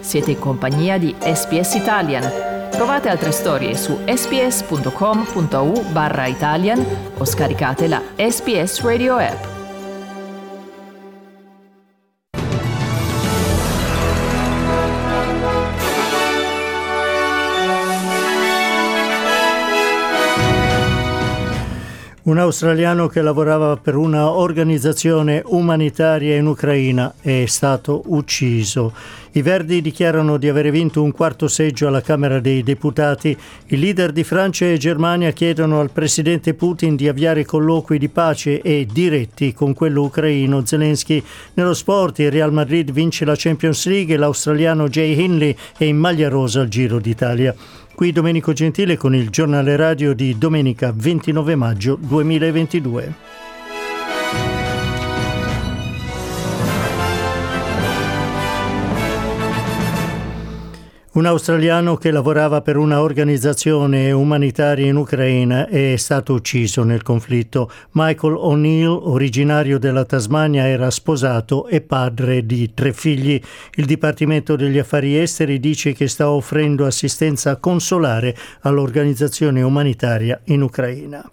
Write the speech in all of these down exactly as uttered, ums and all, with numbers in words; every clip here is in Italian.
Siete in compagnia di S B S Italian. Trovate altre storie su sbs.com.au barra Italian o scaricate la S B S Radio app. Un australiano che lavorava per una organizzazione umanitaria in Ucraina è stato ucciso. I Verdi dichiarano di aver vinto un quarto seggio alla Camera dei Deputati. I leader di Francia e Germania chiedono al presidente Putin di avviare colloqui di pace e diretti con quello ucraino Zelensky. Nello sport il Real Madrid vince la Champions League e l'australiano Jay Hindley è in maglia rosa al Giro d'Italia. Qui Domenico Gentile con il giornale radio di domenica ventinove maggio duemilaventidue. Un australiano che lavorava per una organizzazione umanitaria in Ucraina è stato ucciso nel conflitto. Michael O'Neill, originario della Tasmania, era sposato e padre di tre figli. Il Dipartimento degli Affari Esteri dice che sta offrendo assistenza consolare all'organizzazione umanitaria in Ucraina.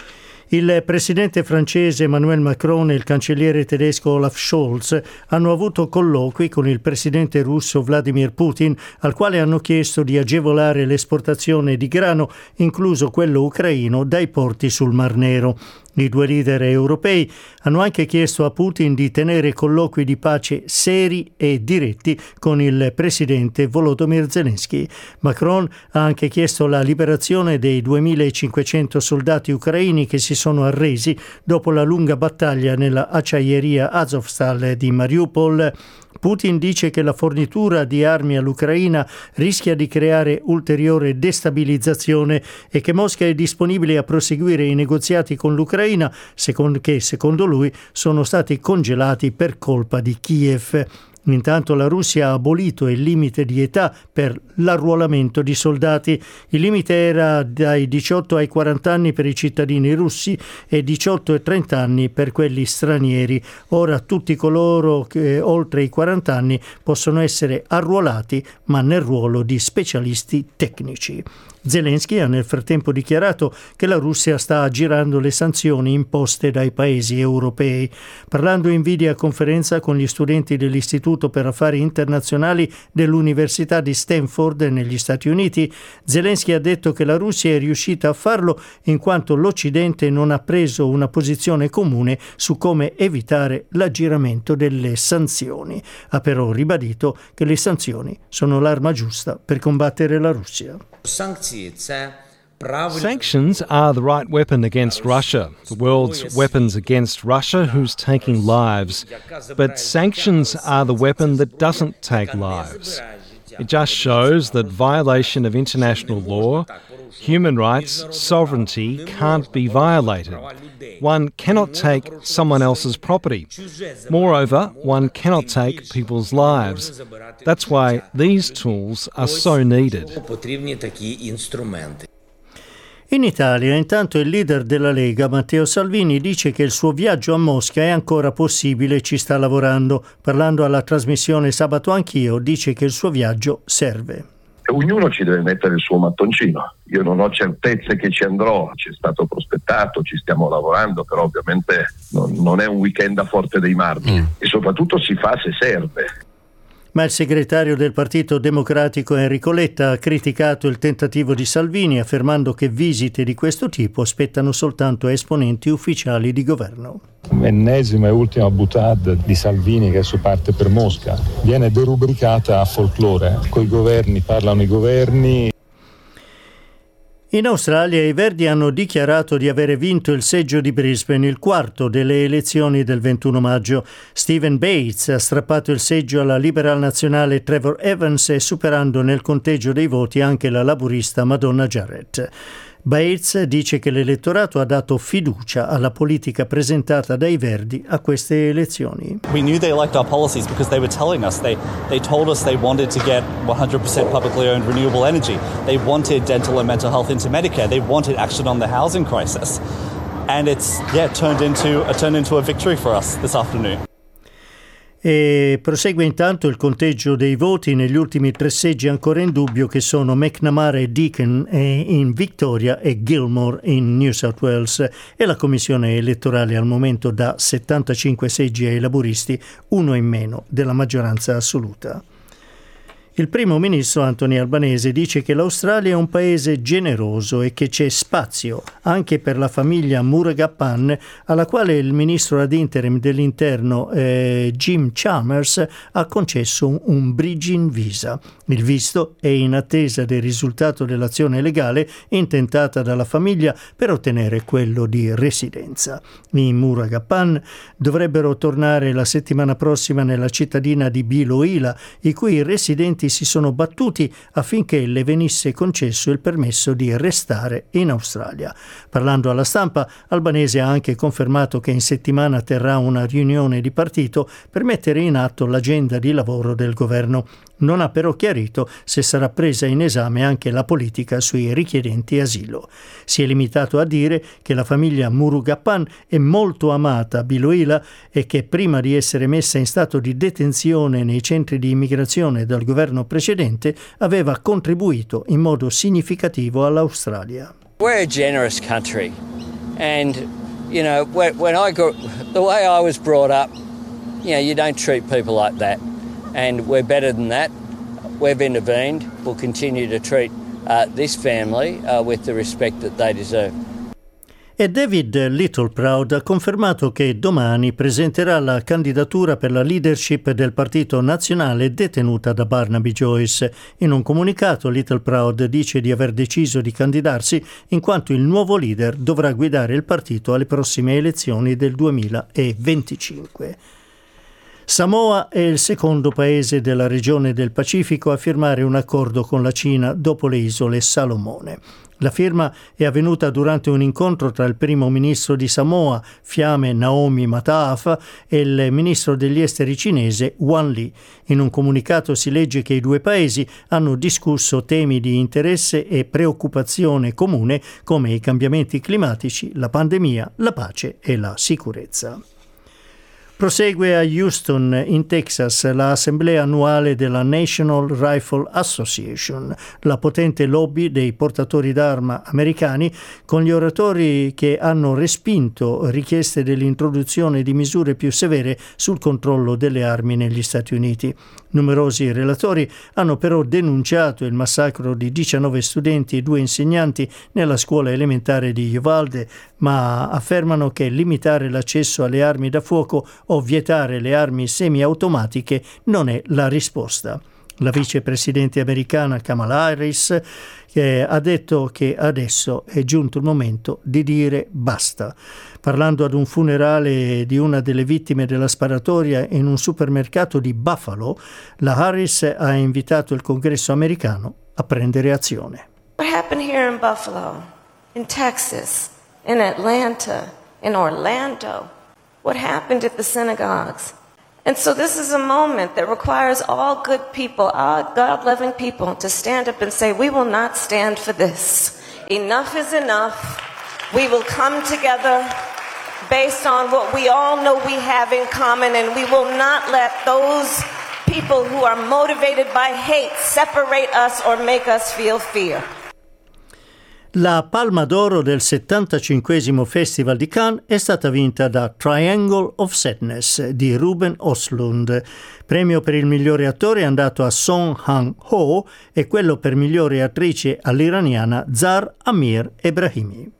Il presidente francese Emmanuel Macron e il cancelliere tedesco Olaf Scholz hanno avuto colloqui con il presidente russo Vladimir Putin, al quale hanno chiesto di agevolare l'esportazione di grano, incluso quello ucraino, dai porti sul Mar Nero. I due leader europei hanno anche chiesto a Putin di tenere colloqui di pace seri e diretti con il presidente Volodymyr Zelensky. Macron ha anche chiesto la liberazione dei duemilacinquecento soldati ucraini che si sono arresi dopo la lunga battaglia nella acciaieria Azovstal di Mariupol. Putin dice che la fornitura di armi all'Ucraina rischia di creare ulteriore destabilizzazione e che Mosca è disponibile a proseguire i negoziati con l'Ucraina, secondo che secondo lui sono stati congelati per colpa di Kiev. Intanto la Russia ha abolito il limite di età per l'arruolamento di soldati. Il limite era dai diciotto ai quaranta anni per i cittadini russi e diciotto e trenta anni per quelli stranieri. Ora tutti coloro che oltre i quaranta anni possono essere arruolati, ma nel ruolo di specialisti tecnici. Zelensky ha nel frattempo dichiarato che la Russia sta aggirando le sanzioni imposte dai paesi europei. Parlando in videoconferenza con gli studenti dell'Istituto per Affari Internazionali dell'Università di Stanford negli Stati Uniti, Zelensky ha detto che la Russia è riuscita a farlo in quanto l'Occidente non ha preso una posizione comune su come evitare l'aggiramento delle sanzioni. Ha però ribadito che le sanzioni sono l'arma giusta per combattere la Russia. Sanctions are the right weapon against Russia, the world's weapons against Russia, who's taking lives. But sanctions are the weapon that doesn't take lives. It just shows that violation of international law, human rights, sovereignty can't be violated. One cannot take someone else's property. Moreover, one cannot take people's lives. That's why these tools are so needed. In Italia, intanto, il leader della Lega, Matteo Salvini, dice che il suo viaggio a Mosca è ancora possibile e ci sta lavorando. Parlando alla trasmissione Sabato Anch'io, dice che il suo viaggio serve. Ognuno ci deve mettere il suo mattoncino. Io non ho certezze che ci andrò, ci è stato prospettato, ci stiamo lavorando, però ovviamente non, non è un weekend a Forte dei Marmi mm. e soprattutto si fa se serve. Ma il segretario del Partito Democratico Enrico Letta ha criticato il tentativo di Salvini, affermando che visite di questo tipo spettano soltanto a esponenti ufficiali di governo. Ennesima e ultima boutade di Salvini che adesso parte per Mosca viene derubricata a folklore. Coi governi parlano i governi. In Australia i Verdi hanno dichiarato di avere vinto il seggio di Brisbane, il quarto delle elezioni del ventuno maggio. Stephen Bates ha strappato il seggio alla Liberal nazionale Trevor Evans e superando nel conteggio dei voti anche la laburista Madonna Jarrett. Bates dice che l'elettorato ha dato fiducia alla politica presentata dai Verdi a queste elezioni. We knew they liked our policies because they were telling us. They they told us they wanted to get one hundred percent publicly owned renewable energy. They wanted dental and mental health into Medicare. They wanted action on the housing crisis. And it's yeah, turned into uh, turned into a victory for us this afternoon. E prosegue intanto il conteggio dei voti negli ultimi tre seggi ancora in dubbio, che sono McNamara e Deakin in Victoria e Gilmore in New South Wales, e la commissione elettorale al momento dà settantacinque seggi ai laburisti, uno in meno della maggioranza assoluta. Il primo ministro Anthony Albanese dice che l'Australia è un paese generoso e che c'è spazio anche per la famiglia Murugappan, alla quale il ministro ad interim dell'interno eh, Jim Chalmers ha concesso un, un bridging visa. Il visto è in attesa del risultato dell'azione legale intentata dalla famiglia per ottenere quello di residenza. I Murugappan dovrebbero tornare la settimana prossima nella cittadina di Biloela, i cui residenti si sono battuti affinché le venisse concesso il permesso di restare in Australia. Parlando alla stampa, Albanese ha anche confermato che in settimana terrà una riunione di partito per mettere in atto l'agenda di lavoro del governo. Non ha però chiarito se sarà presa in esame anche la politica sui richiedenti asilo. Si è limitato a dire che la famiglia Murugappan è molto amata a Biloela e che prima di essere messa in stato di detenzione nei centri di immigrazione dal governo precedente aveva contribuito in modo significativo all'Australia. We're a generous country, and you know when I grew, the way I was brought up, you know, you don't treat people like that. And we're better than that. We've intervened. We'll continue to treat uh, this family uh, with the respect that they deserve. E David Littleproud ha confermato che domani presenterà la candidatura per la leadership del Partito Nazionale detenuta da Barnaby Joyce. In un comunicato Littleproud dice di aver deciso di candidarsi in quanto il nuovo leader dovrà guidare il partito alle prossime elezioni del duemilaventicinque. Samoa è il secondo paese della regione del Pacifico a firmare un accordo con la Cina dopo le isole Salomone. La firma è avvenuta durante un incontro tra il primo ministro di Samoa, Fiame Naomi Mataafa, e il ministro degli esteri cinese Wang Li. In un comunicato si legge che i due paesi hanno discusso temi di interesse e preoccupazione comune come i cambiamenti climatici, la pandemia, la pace e la sicurezza. Prosegue a Houston, in Texas, l'assemblea annuale della National Rifle Association, la potente lobby dei portatori d'arma americani, con gli oratori che hanno respinto richieste dell'introduzione di misure più severe sul controllo delle armi negli Stati Uniti. Numerosi relatori hanno però denunciato il massacro di diciannove studenti e due insegnanti nella scuola elementare di Uvalde, ma affermano che limitare l'accesso alle armi da fuoco o vietare le armi semiautomatiche non è la risposta. La vicepresidente americana Kamala Harris che ha detto che adesso è giunto il momento di dire basta. Parlando ad un funerale di una delle vittime della sparatoria in un supermercato di Buffalo, la Harris ha invitato il Congresso americano a prendere azione. What happened here in Buffalo, in Texas, in Atlanta, in Orlando? What happened at the synagogues? And so this is a moment that requires all good people, all God-loving people, to stand up and say, we will not stand for this. Enough is enough. We will come together based on what we all know we have in common, and we will not let those people who are motivated by hate separate us or make us feel fear. La Palma d'Oro del settantacinquesimo Festival di Cannes è stata vinta da Triangle of Sadness di Ruben Östlund. Premio per il migliore attore è andato a Song Han-ho e quello per migliore attrice all'iraniana Zar Amir Ebrahimi.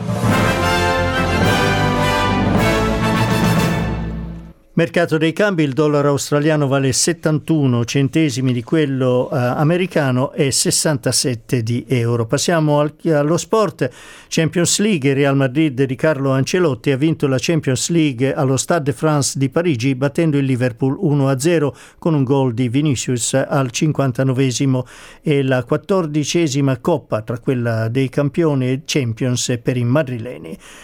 Mercato dei cambi, il dollaro australiano vale settantuno centesimi di quello eh, americano e sessantasette di euro. Passiamo al, allo sport. Champions League, il Real Madrid di Carlo Ancelotti ha vinto la Champions League allo Stade de France di Parigi battendo il Liverpool uno a zero con un gol di Vinicius al cinquantanovesimo e la quattordicesima coppa tra quella dei campioni e Champions per i madrileni.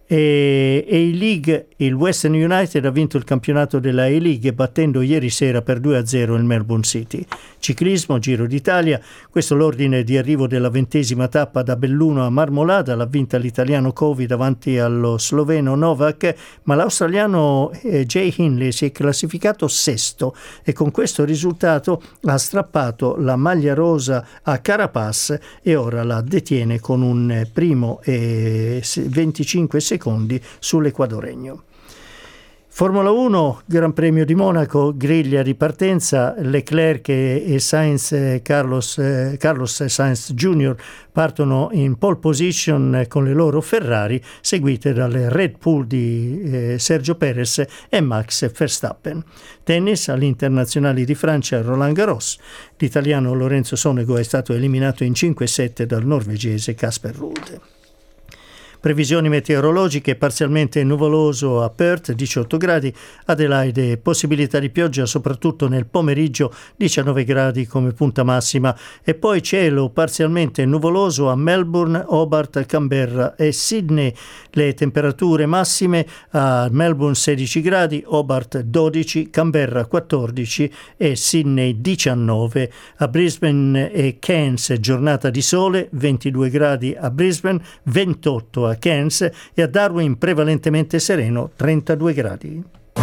E, e i League, il Western United ha vinto il campionato della A-League battendo ieri sera per due a zero il Melbourne City. Ciclismo, Giro d'Italia, questo l'ordine di arrivo della ventesima tappa da Belluno a Marmolada, l'ha vinta l'italiano Covi davanti allo sloveno Novak, ma l'australiano eh, Jay Hindley si è classificato sesto e con questo risultato ha strappato la maglia rosa a Carapaz e ora la detiene con un primo e venticinque secondi sull'equadoregno. Formula uno, Gran Premio di Monaco, griglia di partenza, Leclerc e Sainz, Carlos, eh, Carlos Sainz Junior partono in pole position con le loro Ferrari, seguite dalle Red Bull di eh, Sergio Perez e Max Verstappen. Tennis, all'Internazionale di Francia, Roland Garros, l'italiano Lorenzo Sonego è stato eliminato in cinque sette dal norvegese Casper Ruud. Previsioni meteorologiche: parzialmente nuvoloso a Perth, diciotto gradi, Adelaide possibilità di pioggia soprattutto nel pomeriggio, diciannove gradi come punta massima, e poi cielo parzialmente nuvoloso a Melbourne, Hobart, Canberra e Sydney. Le temperature massime: a Melbourne sedici gradi, Hobart dodici, Canberra quattordici e Sydney diciannove. A Brisbane e Cairns giornata di sole, ventidue gradi a Brisbane, ventotto a Cairns, e a Darwin prevalentemente sereno, trentadue gradi.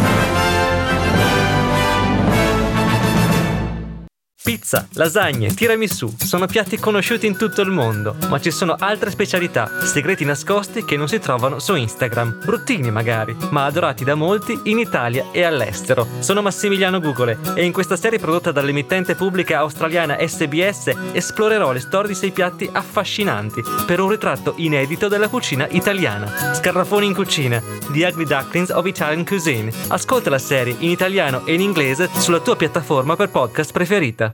Pizza, lasagne, tiramisù sono piatti conosciuti in tutto il mondo, ma ci sono altre specialità, segreti nascosti che non si trovano su Instagram, bruttini magari, ma adorati da molti in Italia e all'estero. Sono Massimiliano Gugole e in questa serie prodotta dall'emittente pubblica australiana S B S esplorerò le storie di sei piatti affascinanti per un ritratto inedito della cucina italiana. Scarafoni in cucina, The Ugly Ducklings of Italian Cuisine. Ascolta la serie in italiano e in inglese sulla tua piattaforma per podcast preferita.